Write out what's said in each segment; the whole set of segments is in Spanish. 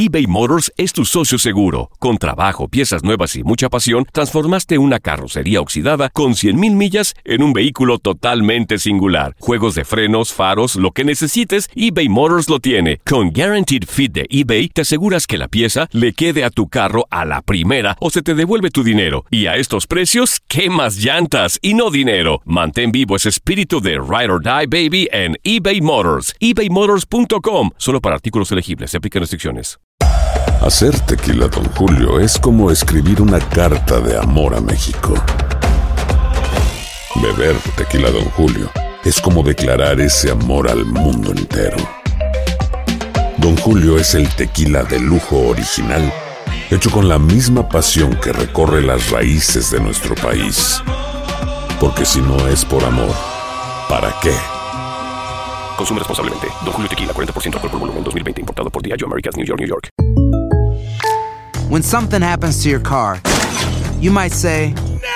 eBay Motors es tu socio seguro. Con trabajo, piezas nuevas y mucha pasión, transformaste una carrocería oxidada con 100,000 millas en un vehículo totalmente singular. Juegos de frenos, faros, lo que necesites, eBay Motors lo tiene. Con Guaranteed Fit de eBay, te aseguras que la pieza le quede a tu carro a la primera o se te devuelve tu dinero. Y a estos precios, ¿qué más llantas y no dinero? Mantén vivo ese espíritu de Ride or Die, baby, en eBay Motors. ebaymotors.com. Solo para artículos elegibles. Se aplican restricciones. Hacer tequila Don Julio es como escribir una carta de amor a México. Beber tequila Don Julio es como declarar ese amor al mundo entero. Don Julio es el tequila de lujo original, hecho con la misma pasión que recorre las raíces de nuestro país. Porque si no es por amor, ¿para qué? Consume responsablemente. Don Julio Tequila, 40% alcohol por volumen, 2020. Importado por Diageo Americas, New York, New York. When something happens to your car, you might say,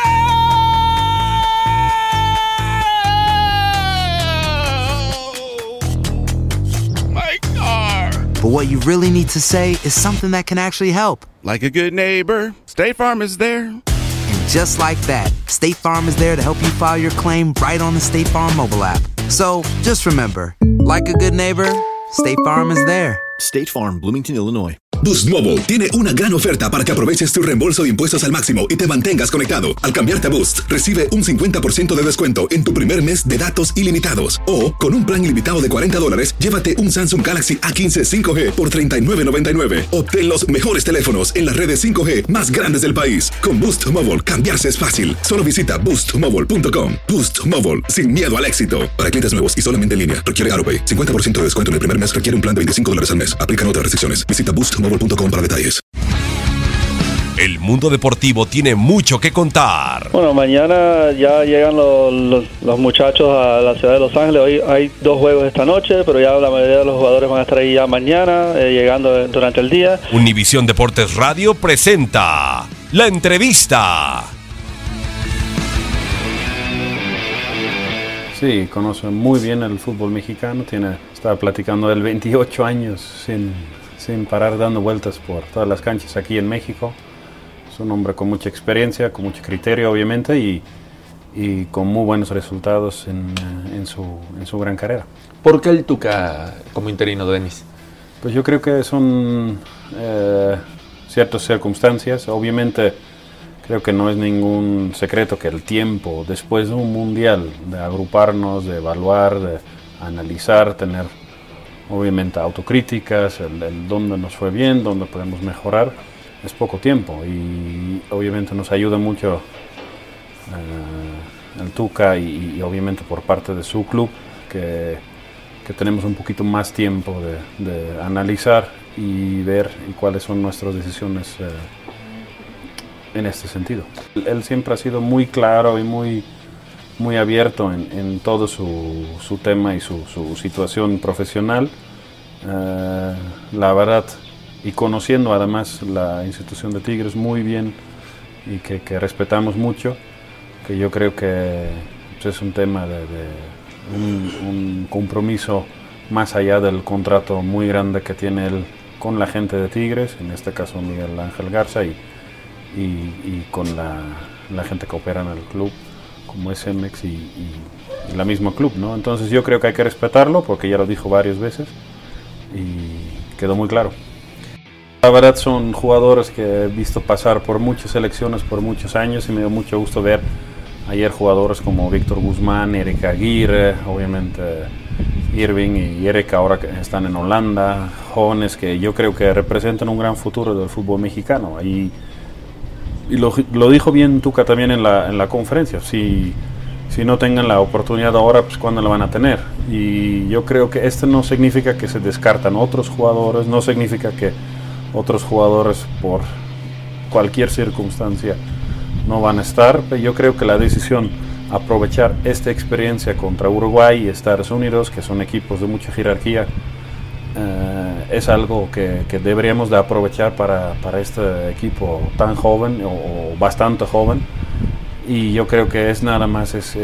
My car! but what you really need to say is something that can actually help. Like a good neighbor, State Farm is there. And just like that, State Farm is there to help you file your claim right on the State Farm mobile app. So, just remember, like a good neighbor, State Farm is there. State Farm, Bloomington, Illinois. Boost Mobile tiene una gran oferta para que aproveches tu reembolso de impuestos al máximo y te mantengas conectado. Al cambiarte a Boost, recibe un 50% de descuento en tu primer mes de datos ilimitados. O, con un plan ilimitado de $40, llévate un Samsung Galaxy A15 5G por $39.99. Obtén los mejores teléfonos en las redes 5G más grandes del país. Con Boost Mobile, cambiarse es fácil. Solo visita boostmobile.com. Boost Mobile, sin miedo al éxito. Para clientes nuevos y solamente en línea, requiere AutoPay. 50% de descuento en el primer mes requiere un plan de $25 al mes. Aplican otras restricciones. Visita boostmobile.com para detalles. El mundo deportivo tiene mucho que contar. Bueno, mañana ya llegan los muchachos a la ciudad de Los Ángeles. Hoy hay 2 juegos esta noche, pero ya la mayoría de los jugadores van a estar ahí ya mañana, llegando durante el día. Univisión Deportes Radio presenta La Entrevista. Sí, conoce muy bien el fútbol mexicano. Estaba platicando él 28 años sin parar dando vueltas por todas las canchas aquí en México. Es un hombre con mucha experiencia, con mucho criterio obviamente y con muy buenos resultados en su gran carrera. ¿Por qué el Tuca como interino, Denis? Pues yo creo que son ciertas circunstancias. Obviamente creo que no es ningún secreto que el tiempo después de un mundial, de agruparnos, de evaluar, de analizar, tener obviamente autocríticas, el dónde nos fue bien, dónde podemos mejorar, es poco tiempo y obviamente nos ayuda mucho el Tuca y obviamente por parte de su club que tenemos un poquito más tiempo de analizar y ver cuáles son nuestras decisiones en este sentido. Él siempre ha sido muy claro y muy abierto en todo su tema y su situación profesional. La verdad, y conociendo además la institución de Tigres muy bien y que respetamos mucho, que yo creo que pues, es un tema de un compromiso más allá del contrato muy grande que tiene él con la gente de Tigres, en este caso Miguel Ángel Garza y con la gente que opera en el club como es Cemex y la misma club, ¿no? Entonces yo creo que hay que respetarlo porque ya lo dijo varias veces y quedó muy claro. La verdad son jugadores que he visto pasar por muchas selecciones por muchos años y me dio mucho gusto ver ayer jugadores como Víctor Guzmán, Eric Aguirre, obviamente Irving y Eric ahora que están en Holanda, jóvenes que yo creo que representan un gran futuro del fútbol mexicano y lo dijo bien Tuca también en la conferencia, si no tengan la oportunidad ahora, pues cuándo la van a tener. Y yo creo que esto no significa que se descartan otros jugadores, no significa que otros jugadores por cualquier circunstancia no van a estar, pero yo creo que la decisión aprovechar esta experiencia contra Uruguay y Estados Unidos, que son equipos de mucha jerarquía, es algo que deberíamos de aprovechar para este equipo tan joven o bastante joven y yo creo que es nada más es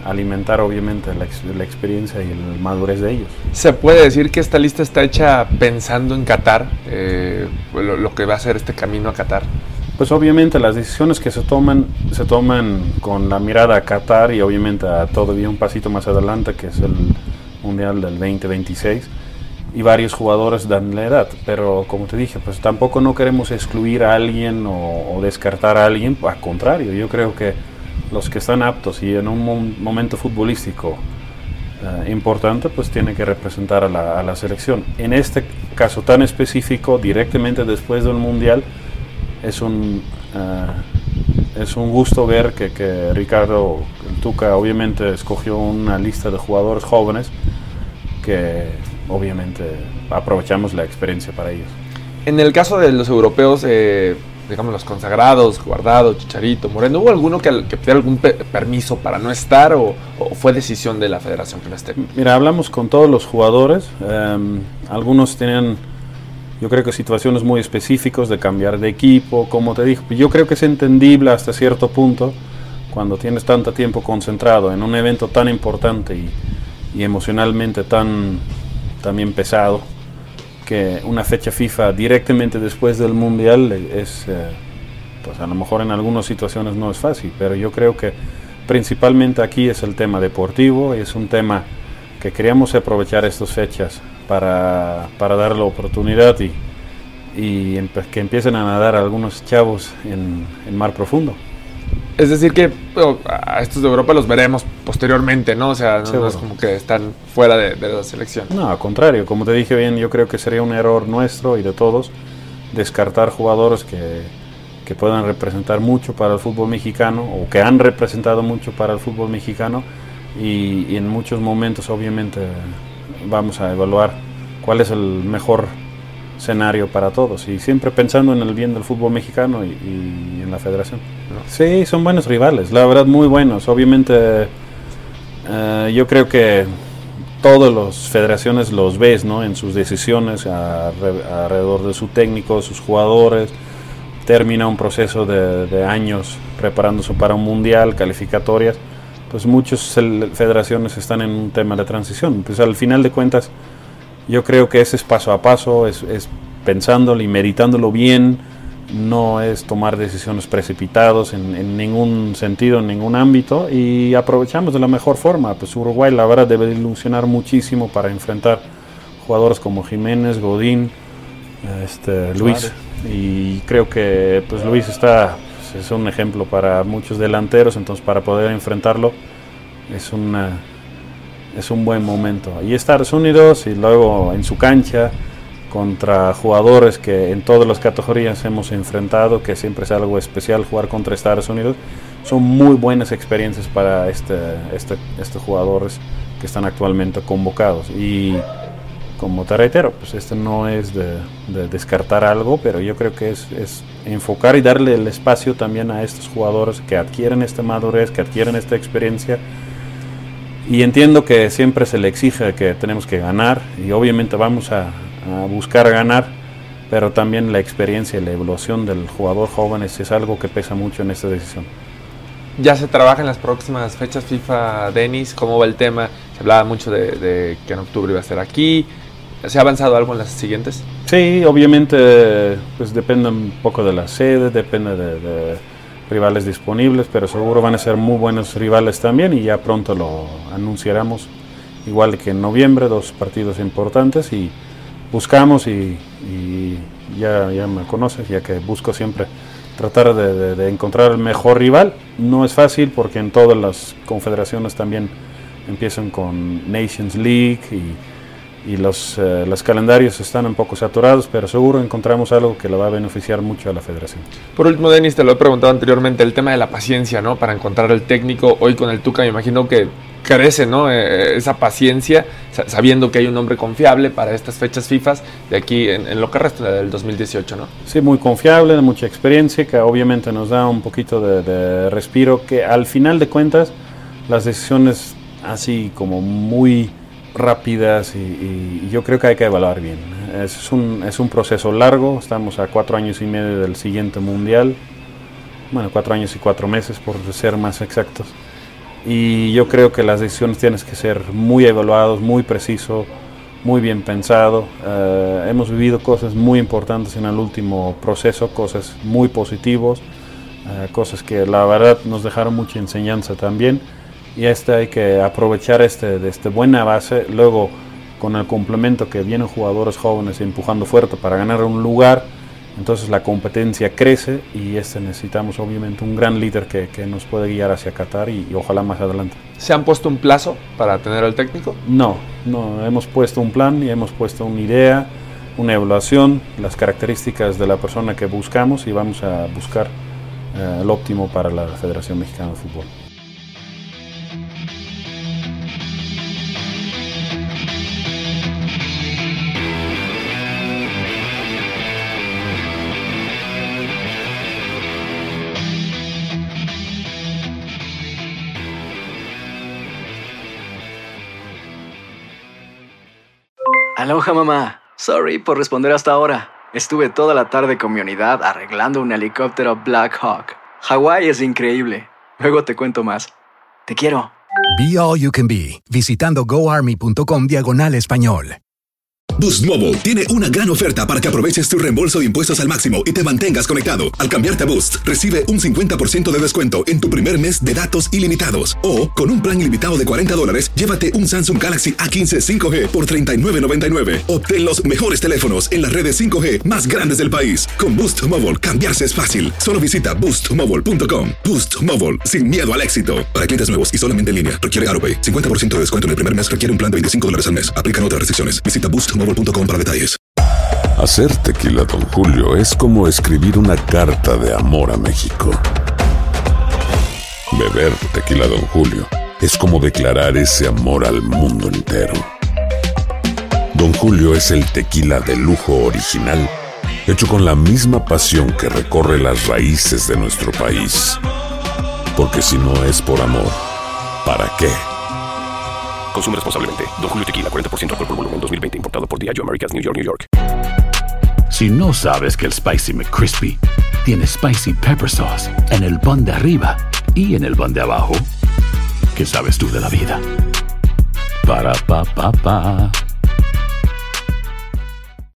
alimentar obviamente la experiencia y la madurez de ellos. ¿Se puede decir que esta lista está hecha pensando en Qatar, lo que va a ser este camino a Qatar? Pues obviamente las decisiones que se toman con la mirada a Qatar y obviamente a todavía un pasito más adelante, que es el Mundial del 2026, y varios jugadores dan la edad, pero como te dije, pues tampoco no queremos excluir a alguien o descartar a alguien, al contrario, yo creo que los que están aptos y en un momento futbolístico importante, pues tienen que representar a la selección. En este caso tan específico, directamente después del Mundial, es un gusto ver que Ricardo el Tuca obviamente escogió una lista de jugadores jóvenes que obviamente aprovechamos la experiencia para ellos. En el caso de los europeos, digamos los consagrados, Guardado, Chicharito, Moreno, ¿hubo alguno que pidiera algún permiso para no estar o fue decisión de la federación que no esté? Mira, hablamos con todos los jugadores, algunos tenían, yo creo que situaciones muy específicas de cambiar de equipo, como te dije, yo creo que es entendible hasta cierto punto cuando tienes tanto tiempo concentrado en un evento tan importante y emocionalmente también pesado, que una fecha FIFA directamente después del Mundial es, pues a lo mejor en algunas situaciones no es fácil, pero yo creo que principalmente aquí es el tema deportivo, es un tema que queríamos aprovechar estas fechas para dar la oportunidad y que empiecen a nadar algunos chavos en mar profundo. Es decir que a estos de Europa los veremos posteriormente, ¿no? O sea, no es como que están fuera de la selección. No, al contrario, como te dije bien, yo creo que sería un error nuestro y de todos descartar jugadores que puedan representar mucho para el fútbol mexicano o que han representado mucho para el fútbol mexicano y en muchos momentos obviamente vamos a evaluar cuál es el mejor escenario para todos y siempre pensando en el bien del fútbol mexicano y en la federación. Sí, son buenos rivales, la verdad muy buenos. Obviamente yo creo que todas las federaciones los ves, ¿no? En sus decisiones alrededor de su técnico, sus jugadores. Termina un proceso de años preparándose para un mundial, calificatorias. Pues muchas federaciones están en un tema de transición. Pues al final de cuentas yo creo que ese es paso a paso, es pensándolo y meditándolo bien, no es tomar decisiones precipitadas en ningún sentido, en ningún ámbito, y aprovechamos de la mejor forma. Pues Uruguay la verdad debe ilusionar muchísimo para enfrentar jugadores como Jiménez, Godín, Luis, y creo que pues Luis es un ejemplo para muchos delanteros, entonces para poder enfrentarlo es un buen momento. Y Estados Unidos y luego en su cancha contra jugadores que en todas las categorías hemos enfrentado, que siempre es algo especial jugar contra Estados Unidos, son muy buenas experiencias para estos jugadores que están actualmente convocados. Y como te reitero, pues no es de descartar algo, pero yo creo que es enfocar y darle el espacio también a estos jugadores que adquieren esta madurez, que adquieren esta experiencia. Y entiendo que siempre se le exige que tenemos que ganar y obviamente vamos a buscar ganar, pero también la experiencia y la evolución del jugador joven es algo que pesa mucho en esta decisión. Ya se trabaja en las próximas fechas FIFA, Denis, ¿cómo va el tema? Se hablaba mucho de que en octubre iba a ser aquí. ¿Se ha avanzado algo en las siguientes? Sí, obviamente pues depende un poco de la sede, depende de rivales disponibles, pero seguro van a ser muy buenos rivales también y ya pronto lo anunciaremos, igual que en noviembre, 2 partidos importantes y buscamos y ya me conoces, ya que busco siempre tratar de encontrar el mejor rival. No es fácil porque en todas las confederaciones también empiezan con Nations League y los calendarios están un poco saturados, pero seguro encontramos algo que le va a beneficiar mucho a la federación. Por último, Denis, te lo he preguntado anteriormente, el tema de la paciencia, ¿no? Para encontrar el técnico, hoy con el Tuca me imagino que crece, ¿no? Esa paciencia, sabiendo que hay un hombre confiable para estas fechas FIFA de aquí en lo que resta del 2018, ¿no? Sí, muy confiable, de mucha experiencia, que obviamente nos da un poquito de respiro, que al final de cuentas las decisiones así como muy rápidas y yo creo que hay que evaluar bien. Es un proceso largo, estamos a 4 años y medio del siguiente mundial, bueno, 4 años y 4 meses por ser más exactos, y yo creo que las decisiones tienen que ser muy evaluadas, muy preciso, muy bien pensado. Hemos vivido cosas muy importantes en el último proceso, cosas muy positivas, cosas que la verdad nos dejaron mucha enseñanza también, y hay que aprovechar de esta buena base. Luego, con el complemento que vienen jugadores jóvenes empujando fuerte para ganar un lugar, entonces la competencia crece, y necesitamos obviamente un gran líder que nos puede guiar hacia Qatar y ojalá más adelante. ¿Se han puesto un plazo para tener al técnico? No, hemos puesto un plan y hemos puesto una idea, una evaluación, las características de la persona que buscamos, y vamos a buscar el óptimo para la Federación Mexicana de Fútbol. Aloha, mamá. Sorry por responder hasta ahora. Estuve toda la tarde con mi unidad arreglando un helicóptero Black Hawk. Hawái es increíble. Luego te cuento más. Te quiero. Be All You Can Be, visitando goarmy.com/español. Boost Mobile tiene una gran oferta para que aproveches tu reembolso de impuestos al máximo y te mantengas conectado. Al cambiarte a Boost, recibe un 50% de descuento en tu primer mes de datos ilimitados. O, con un plan ilimitado de $40, llévate un Samsung Galaxy A15 5G por $39.99. Obtén los mejores teléfonos en las redes 5G más grandes del país. Con Boost Mobile, cambiarse es fácil. Solo visita boostmobile.com. Boost Mobile, sin miedo al éxito. Para clientes nuevos y solamente en línea, requiere AutoPay. 50% de descuento en el primer mes requiere un plan de $25 al mes. Aplican otras restricciones. Visita boostmobile.com para detalles. Hacer tequila Don Julio es como escribir una carta de amor a México. Beber tequila Don Julio es como declarar ese amor al mundo entero. Don Julio es el tequila de lujo original, hecho con la misma pasión que recorre las raíces de nuestro país. Porque si no es por amor, ¿para qué? Consume responsablemente. Don Julio Tequila, 40% alcohol por volumen, 2020. Importado por Diageo Americas, New York, New York. Si no sabes que el Spicy McCrispy tiene Spicy Pepper Sauce en el pan de arriba y en el pan de abajo, ¿qué sabes tú de la vida? Para, pa, pa, pa.